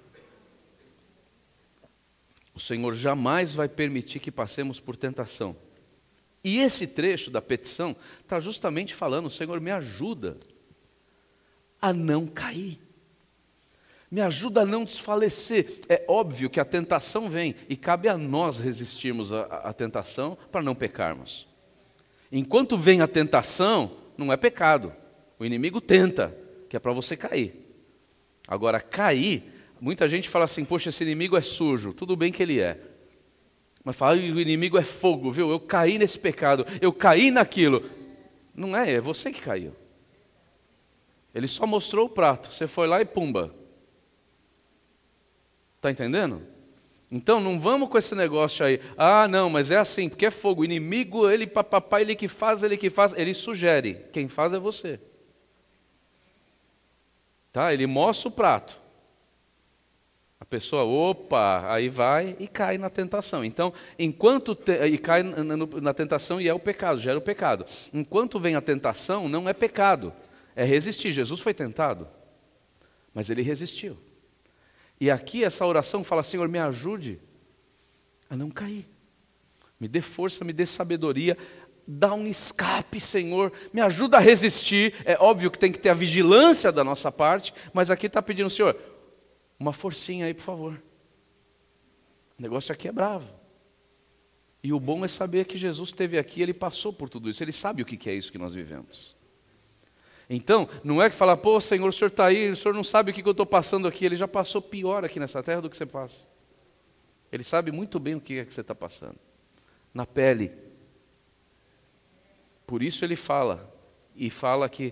O Senhor jamais vai permitir que passemos por tentação. E esse trecho da petição está justamente falando: Senhor, me ajuda a não cair. Me ajuda a não desfalecer. É óbvio que a tentação vem e cabe a nós resistirmos à tentação para não pecarmos. Enquanto vem a tentação, não é pecado. O inimigo tenta, que é para você cair. Agora, cair, muita gente fala assim: poxa, esse inimigo é sujo. Tudo bem que ele é. Mas fala, o inimigo é fogo, viu? Eu caí nesse pecado, eu caí naquilo. Não é você que caiu. Ele só mostrou o prato, você foi lá e pumba. Está entendendo? Então não vamos com esse negócio aí. Ah, não, mas é assim, porque é fogo. O inimigo, ele papapá, ele que faz, ele sugere. Quem faz é você. Tá? Ele mostra o prato. A pessoa, opa, aí vai e cai na tentação. Então, e cai na tentação e é o pecado, gera o pecado. Enquanto vem a tentação, não é pecado, é resistir. Jesus foi tentado, mas ele resistiu. E aqui essa oração fala: Senhor, me ajude a não cair. Me dê força, me dê sabedoria, dá um escape, Senhor, me ajuda a resistir. É óbvio que tem que ter a vigilância da nossa parte, mas aqui está pedindo: Senhor, uma forcinha aí, por favor. O negócio aqui é bravo. E o bom é saber que Jesus esteve aqui, Ele passou por tudo isso, Ele sabe o que é isso que nós vivemos. Então, não é que falar: pô, Senhor, o Senhor está aí, o Senhor não sabe o que eu estou passando aqui. Ele já passou pior aqui nessa terra do que você passa. Ele sabe muito bem o que é que você está passando. Na pele. Por isso Ele fala, e fala que...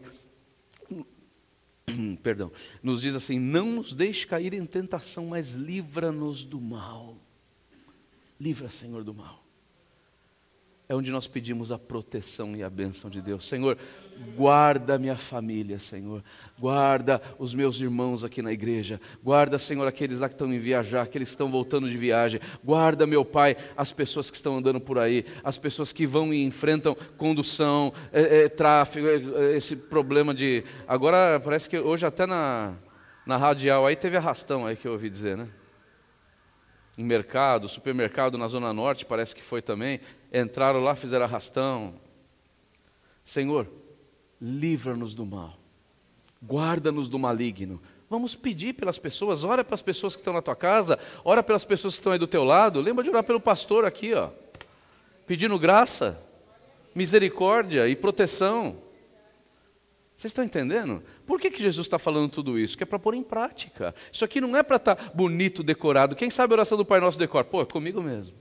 Perdão, nos diz assim: não nos deixe cair em tentação, mas livra-nos do mal. Livra, Senhor, do mal. É onde nós pedimos a proteção e a bênção de Deus. Senhor, guarda minha família, Senhor. Guarda os meus irmãos aqui na igreja. Guarda, Senhor, aqueles lá que estão em viajar, aqueles que estão voltando de viagem. Guarda, meu Pai, as pessoas que estão andando por aí, as pessoas que vão e enfrentam condução, tráfego, esse problema de... Agora, parece que hoje até na radial aí teve arrastão aí que eu ouvi dizer, né? Em mercado, supermercado na Zona Norte, parece que foi também. Entraram lá, fizeram arrastão. Senhor, livra-nos do mal. Guarda-nos do maligno. Vamos pedir pelas pessoas. Ora pelas pessoas que estão na tua casa. Ora pelas pessoas que estão aí do teu lado. Lembra de orar pelo pastor aqui, ó. Pedindo graça, misericórdia e proteção. Vocês estão entendendo? Por que Jesus está falando tudo isso? Que é para pôr em prática. Isso aqui não é para estar bonito, decorado. Quem sabe a oração do Pai Nosso decora? Pô, é comigo mesmo.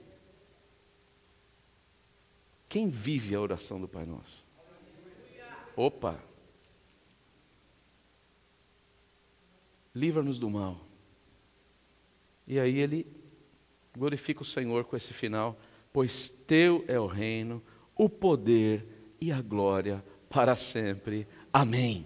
Quem vive a oração do Pai Nosso? Opa! Livra-nos do mal. E aí ele glorifica o Senhor com esse final: pois teu é o reino, o poder e a glória para sempre. Amém.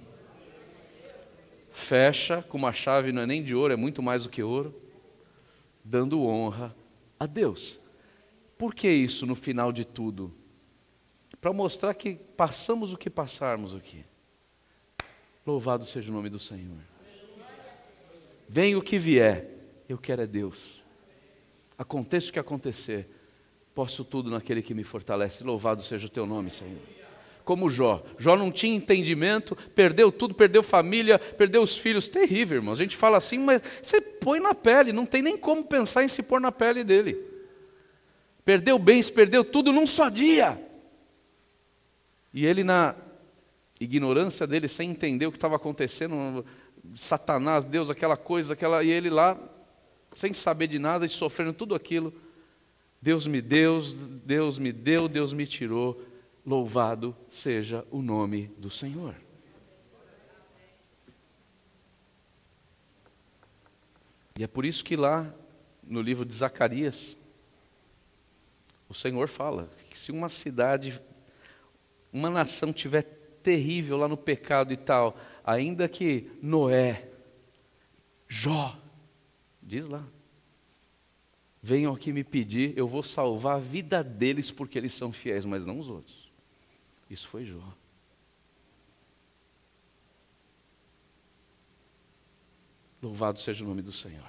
Fecha com uma chave, não é nem de ouro, é muito mais do que ouro, dando honra a Deus. Por que isso no final de tudo? Para mostrar que passamos o que passarmos aqui. Louvado seja o nome do Senhor. Venha o que vier, eu quero é Deus. Aconteça o que acontecer, posso tudo naquele que me fortalece. Louvado seja o teu nome, Senhor. Como Jó. Jó não tinha entendimento, perdeu tudo, perdeu família, perdeu os filhos. Terrível, irmão. A gente fala assim, mas você põe na pele, não tem nem como pensar em se pôr na pele dele. Perdeu bens, perdeu tudo num só dia. E ele, na ignorância dele, sem entender o que estava acontecendo, Satanás, Deus, aquela coisa, e ele lá, sem saber de nada e sofrendo tudo aquilo. Deus me deu, Deus me tirou. Louvado seja o nome do Senhor. E é por isso que lá no livro de Zacarias, o Senhor fala que se uma cidade, uma nação tiver terrível lá no pecado e tal, ainda que Noé, Jó, diz lá, venham aqui me pedir, eu vou salvar a vida deles porque eles são fiéis, mas não os outros. Isso foi Jó. Louvado seja o nome do Senhor.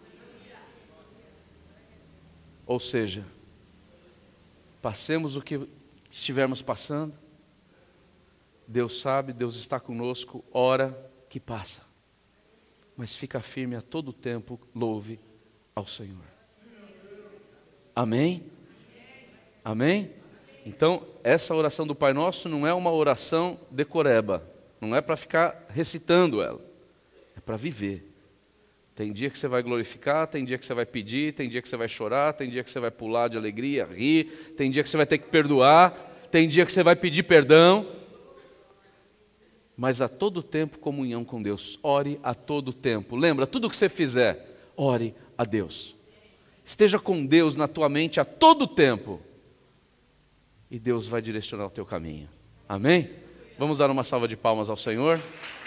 Ou seja, passemos o que estivermos passando, Deus sabe, Deus está conosco, hora que passa. Mas fica firme a todo tempo, louve ao Senhor. Amém? Amém? Então, essa oração do Pai Nosso não é uma oração decoreba, não é para ficar recitando ela, é para viver. Tem dia que você vai glorificar, tem dia que você vai pedir, tem dia que você vai chorar, tem dia que você vai pular de alegria, rir, tem dia que você vai ter que perdoar, tem dia que você vai pedir perdão. Mas a todo tempo comunhão com Deus, ore a todo tempo. Lembra, tudo que você fizer, ore a Deus. Esteja com Deus na tua mente a todo tempo. E Deus vai direcionar o teu caminho. Amém? Vamos dar uma salva de palmas ao Senhor.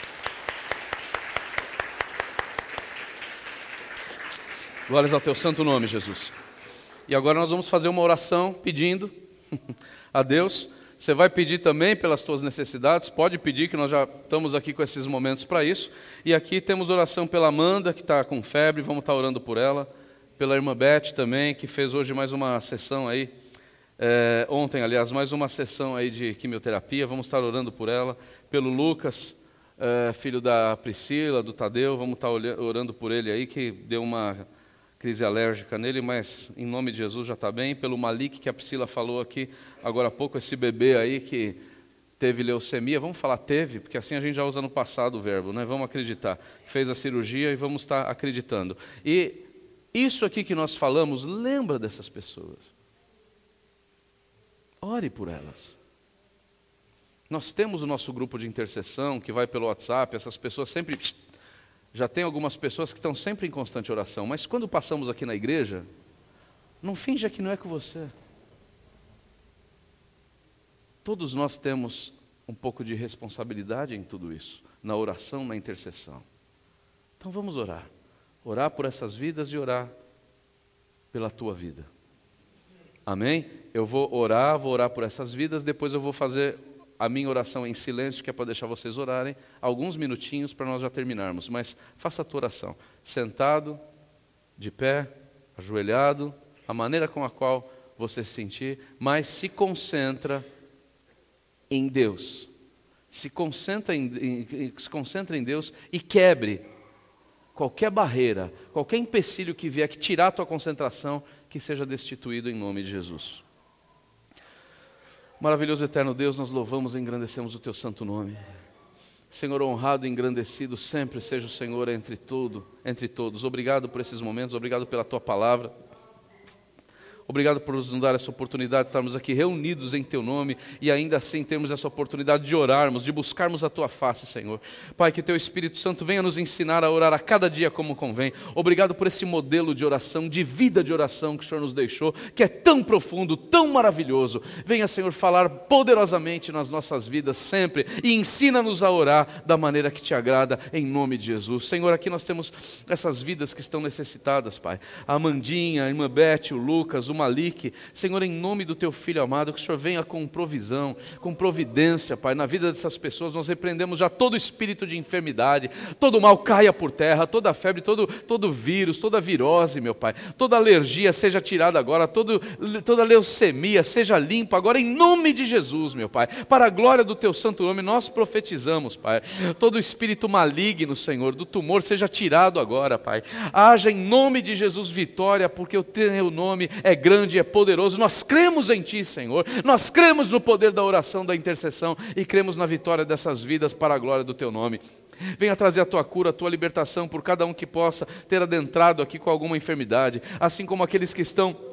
Glórias ao teu santo nome, Jesus. E agora nós vamos fazer uma oração pedindo a Deus. Você vai pedir também pelas tuas necessidades, pode pedir, que nós já estamos aqui com esses momentos para isso. E aqui temos oração pela Amanda, que está com febre, vamos estar orando por ela. Pela irmã Beth também, que fez hoje mais uma sessão aí, ontem, aliás, mais uma sessão aí de quimioterapia, vamos estar orando por ela. Pelo Lucas, filho da Priscila, do Tadeu, vamos estar orando por ele aí, que deu uma crise alérgica nele, mas em nome de Jesus já está bem. Pelo Malik, que a Priscila falou aqui agora há pouco, esse bebê aí que teve leucemia, vamos falar teve, porque assim a gente já usa no passado o verbo, né? Vamos acreditar, fez a cirurgia e vamos estar acreditando. E isso aqui que nós falamos, lembra dessas pessoas. Ore por elas. Nós temos o nosso grupo de intercessão, que vai pelo WhatsApp, essas pessoas sempre... Já tem algumas pessoas que estão sempre em constante oração, mas quando passamos aqui na igreja, não finja que não é com você. Todos nós temos um pouco de responsabilidade em tudo isso, na oração, na intercessão. Então vamos orar. Orar por essas vidas e orar pela tua vida. Amém? Eu vou orar por essas vidas, depois eu vou fazer a minha oração em silêncio, que é para deixar vocês orarem, alguns minutinhos para nós já terminarmos. Mas faça a tua oração, sentado, de pé, ajoelhado, a maneira com a qual você se sentir, mas se concentra em Deus. Se concentra em Deus e quebre qualquer barreira, qualquer empecilho que vier que tirar a tua concentração, que seja destituído em nome de Jesus. Maravilhoso eterno Deus, nós louvamos e engrandecemos o teu santo nome. Senhor, honrado e engrandecido sempre seja o Senhor entre todos. Obrigado por esses momentos, obrigado pela tua palavra. Obrigado por nos dar essa oportunidade de estarmos aqui reunidos em Teu nome e ainda assim termos essa oportunidade de orarmos, de buscarmos a Tua face, Senhor. Pai, que Teu Espírito Santo venha nos ensinar a orar a cada dia como convém. Obrigado por esse modelo de oração, de vida de oração que o Senhor nos deixou, que é tão profundo, tão maravilhoso. Venha, Senhor, falar poderosamente nas nossas vidas sempre e ensina-nos a orar da maneira que Te agrada, em nome de Jesus. Senhor, aqui nós temos essas vidas que estão necessitadas, Pai. A Amandinha, a irmã Beth, o Lucas, o Malik, Senhor, em nome do Teu Filho amado, que o Senhor venha com provisão, com providência, Pai, na vida dessas pessoas. Nós repreendemos já todo espírito de enfermidade, todo mal caia por terra, toda febre, todo vírus, toda virose, meu Pai, toda alergia seja tirada agora, toda leucemia seja limpa agora, em nome de Jesus, meu Pai, para a glória do Teu santo nome, nós profetizamos, Pai, todo espírito maligno, Senhor, do tumor seja tirado agora, Pai, haja em nome de Jesus vitória, porque o Teu nome é grande e é poderoso. Nós cremos em Ti, Senhor, nós cremos no poder da oração, da intercessão e cremos na vitória dessas vidas para a glória do Teu nome. Venha trazer a Tua cura, a Tua libertação por cada um que possa ter adentrado aqui com alguma enfermidade, assim como aqueles que estão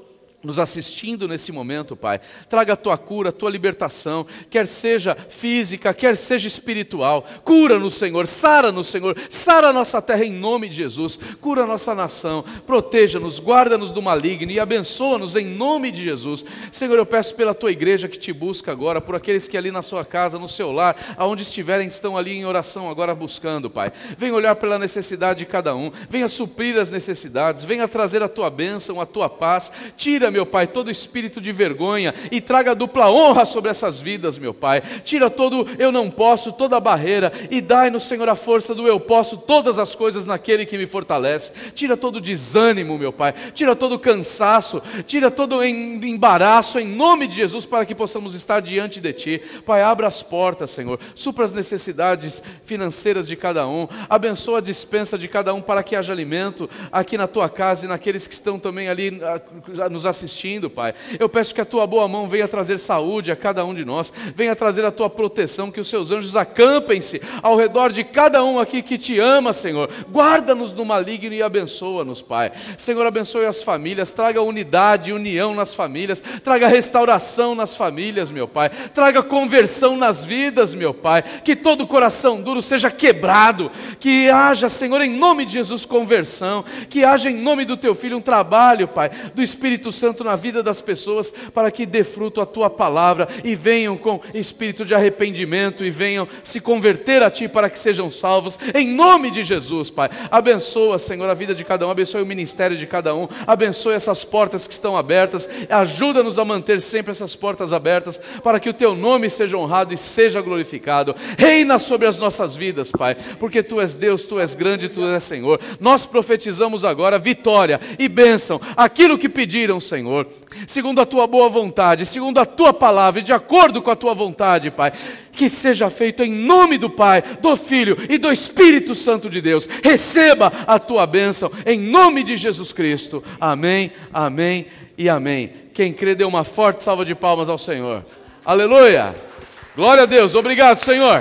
nos assistindo nesse momento, Pai. Traga a Tua cura, a Tua libertação, quer seja física, quer seja espiritual. Cura-nos, Senhor, sara-nos, Senhor, sara a nossa terra em nome de Jesus. Cura a nossa nação, proteja-nos, guarda-nos do maligno e abençoa-nos em nome de Jesus. Senhor, eu peço pela Tua igreja que Te busca agora, por aqueles que ali na sua casa, no seu lar, aonde estiverem, estão ali em oração agora buscando, Pai. Venha olhar pela necessidade de cada um, venha suprir as necessidades, venha trazer a Tua bênção, a Tua paz. Tira, meu Pai, todo espírito de vergonha e traga dupla honra sobre essas vidas, meu Pai. Tira todo eu não posso, toda a barreira e dai-nos, Senhor, a força do eu posso todas as coisas naquele que me fortalece. Tira todo desânimo, meu Pai. Tira todo cansaço, tira todo embaraço em nome de Jesus para que possamos estar diante de Ti. Pai, abra as portas, Senhor. Supra as necessidades financeiras de cada um. Abençoa a despensa de cada um para que haja alimento aqui na Tua casa e naqueles que estão também ali nos assistindo, Pai. Eu peço que a Tua boa mão venha trazer saúde a cada um de nós, venha trazer a Tua proteção, que os Seus anjos acampem-se ao redor de cada um aqui que Te ama, Senhor. Guarda-nos do maligno e abençoa-nos, Pai. Senhor, abençoe as famílias, traga unidade e união nas famílias, traga restauração nas famílias, meu Pai. Traga conversão nas vidas, meu Pai. Que todo coração duro seja quebrado, que haja, Senhor, em nome de Jesus, conversão, que haja em nome do Teu Filho um trabalho, Pai, do Espírito Santo na vida das pessoas, para que dê fruto a Tua palavra e venham com espírito de arrependimento e venham se converter a Ti para que sejam salvos, em nome de Jesus, Pai. Abençoa, Senhor, a vida de cada um, abençoe o ministério de cada um, abençoe essas portas que estão abertas, ajuda-nos a manter sempre essas portas abertas, para que o Teu nome seja honrado e seja glorificado. Reina sobre as nossas vidas, Pai, porque Tu és Deus, Tu és grande, Tu és Senhor. Nós profetizamos agora vitória e bênção, aquilo que pediram, Senhor, segundo a Tua boa vontade, segundo a Tua palavra e de acordo com a Tua vontade, Pai. Que seja feito em nome do Pai, do Filho e do Espírito Santo de Deus. Receba a Tua bênção em nome de Jesus Cristo. Amém, amém e amém. Quem crê, dê uma forte salva de palmas ao Senhor. Aleluia! Glória a Deus, obrigado, Senhor.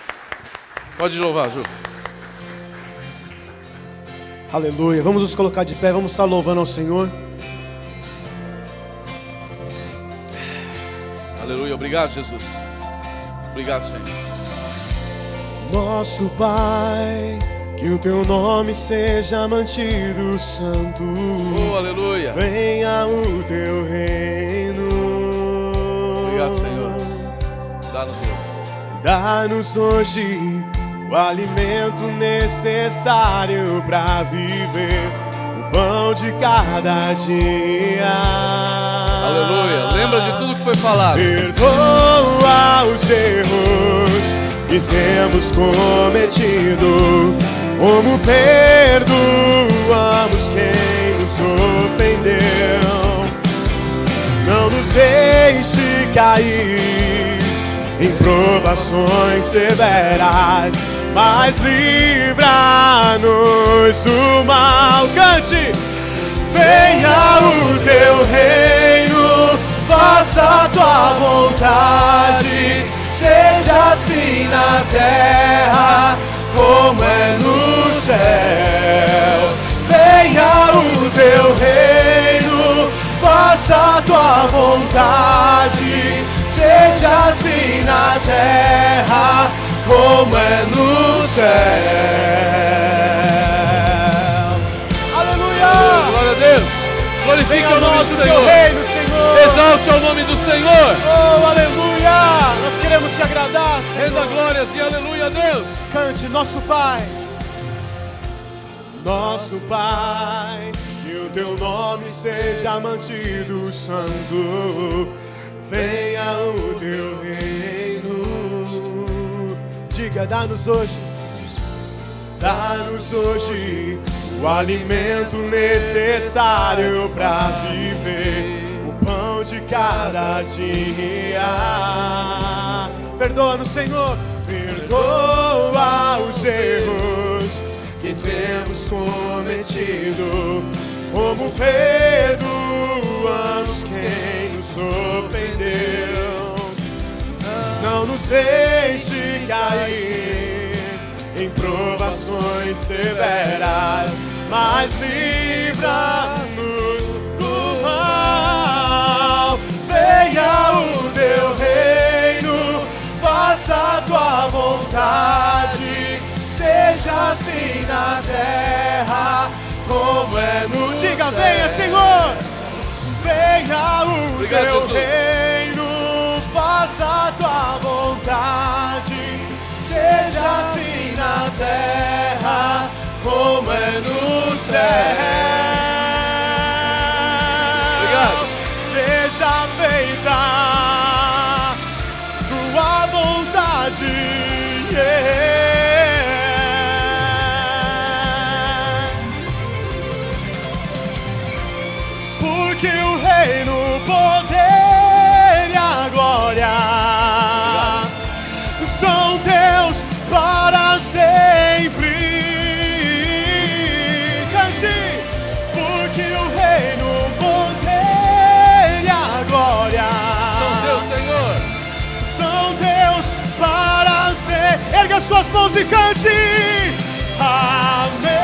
Pode louvar, Ju. Aleluia, vamos nos colocar de pé, vamos estar louvando ao Senhor. Aleluia, obrigado, Jesus. Obrigado, Senhor. Nosso Pai, que o Teu nome seja mantido santo. Oh, aleluia. Venha o Teu reino. Obrigado, Senhor. Dá-nos hoje. Dá-nos hoje o alimento necessário para viver, o pão de cada dia. Aleluia. Lembra de tudo que foi falado. Perdoa os erros que temos cometido, como perdoamos quem nos ofendeu. Não nos deixe cair em provações severas, mas livra-nos do mal. Cante! Venha o Teu reino, faça a Tua vontade, seja assim na terra como é no céu. Venha o Teu reino, faça a Tua vontade, seja assim na terra como é no céu. Aleluia! Glória a Deus. Glorifique o nome do Senhor. Reino, Senhor. Exalte ao nome do Senhor. Oh, aleluia! Nós queremos Te agradar, Senhor. Renda glórias e aleluia a Deus. Cante, nosso Pai. Nosso Pai, que o Teu nome seja mantido santo. Venha o Teu reino. Diga, dá-nos hoje o alimento necessário para viver, o pão de cada dia. Perdoa-nos, Senhor. Perdoa os erros que temos cometido, como perdoamos quem nos ofendeu. Não nos deixe cair em provações severas, mas livra-nos do mal. seja assim na terra como é no céu. Diga, venha, Senhor, venha o Obrigado, teu Jesus. reino, faça a tua vontade, seja assim na terra como é no céu. Obrigado. Seja feita tua vontade, porque o reino, o poder e a glória são teus para sempre. Cante, porque o reino, o poder e a glória São teus, Senhor. são teus para ser. Erga suas mãos e cante. Amém.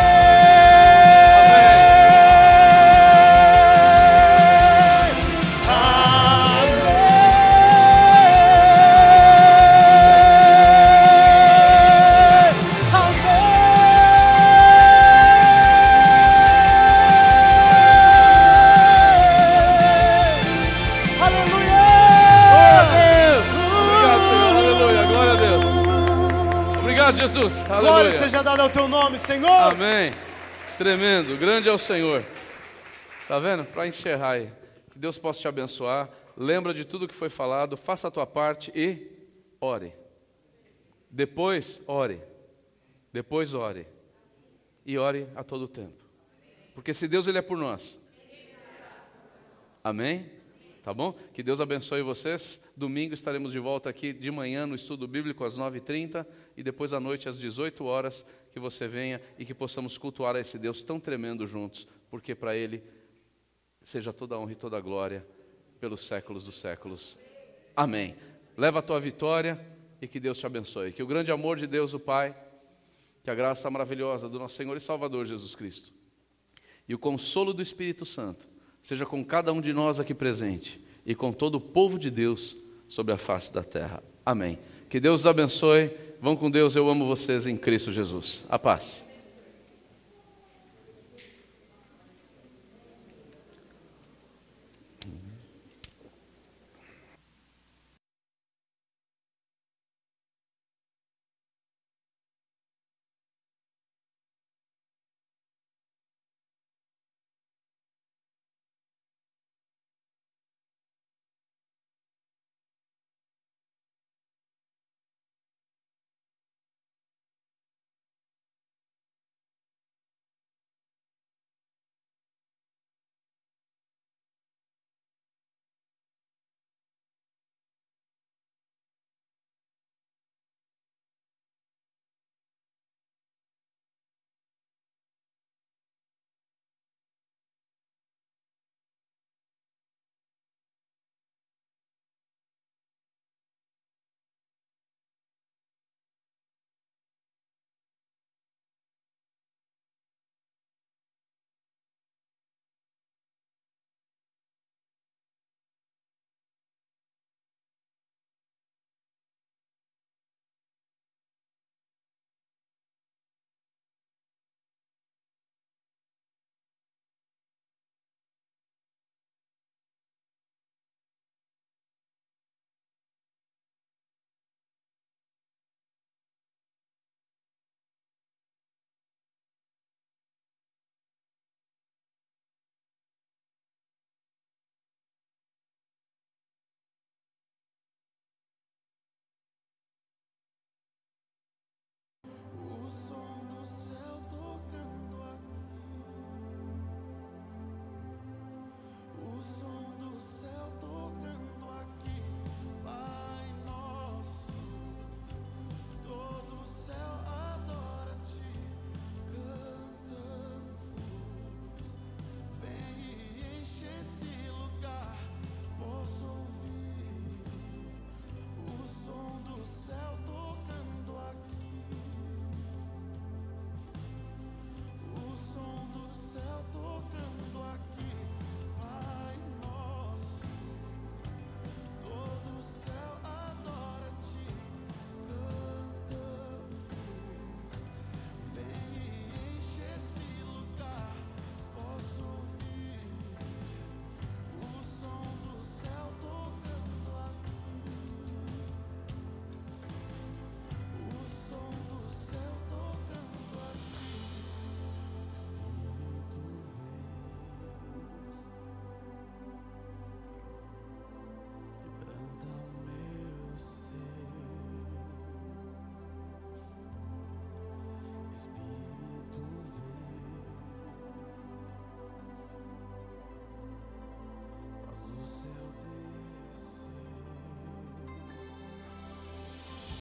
Obrigado, Jesus. Glória Aleluia. seja dada ao teu nome, Senhor. Amém. Tremendo. Grande é o Senhor. Tá vendo? Para encerrar aí. Que Deus possa te abençoar. Lembra de tudo que foi falado. Faça a tua parte e ore. Depois, ore. Depois, ore. E ore a todo tempo. Porque se Deus ele é por nós. Amém? Tá bom? Que Deus abençoe vocês. Domingo estaremos de volta aqui de manhã no estudo bíblico às 9h30 e depois à noite às 18 horas que você venha e que possamos cultuar a esse Deus tão tremendo juntos, porque para Ele seja toda a honra e toda a glória pelos séculos dos séculos. Amém. Leva a tua vitória e que Deus te abençoe. Que o grande amor de Deus, o Pai, que a graça maravilhosa do nosso Senhor e Salvador Jesus Cristo e o consolo do Espírito Santo seja com cada um de nós aqui presente e com todo o povo de Deus sobre a face da terra. Amém. Que Deus os abençoe. Vão com Deus. Eu amo vocês em Cristo Jesus. A paz.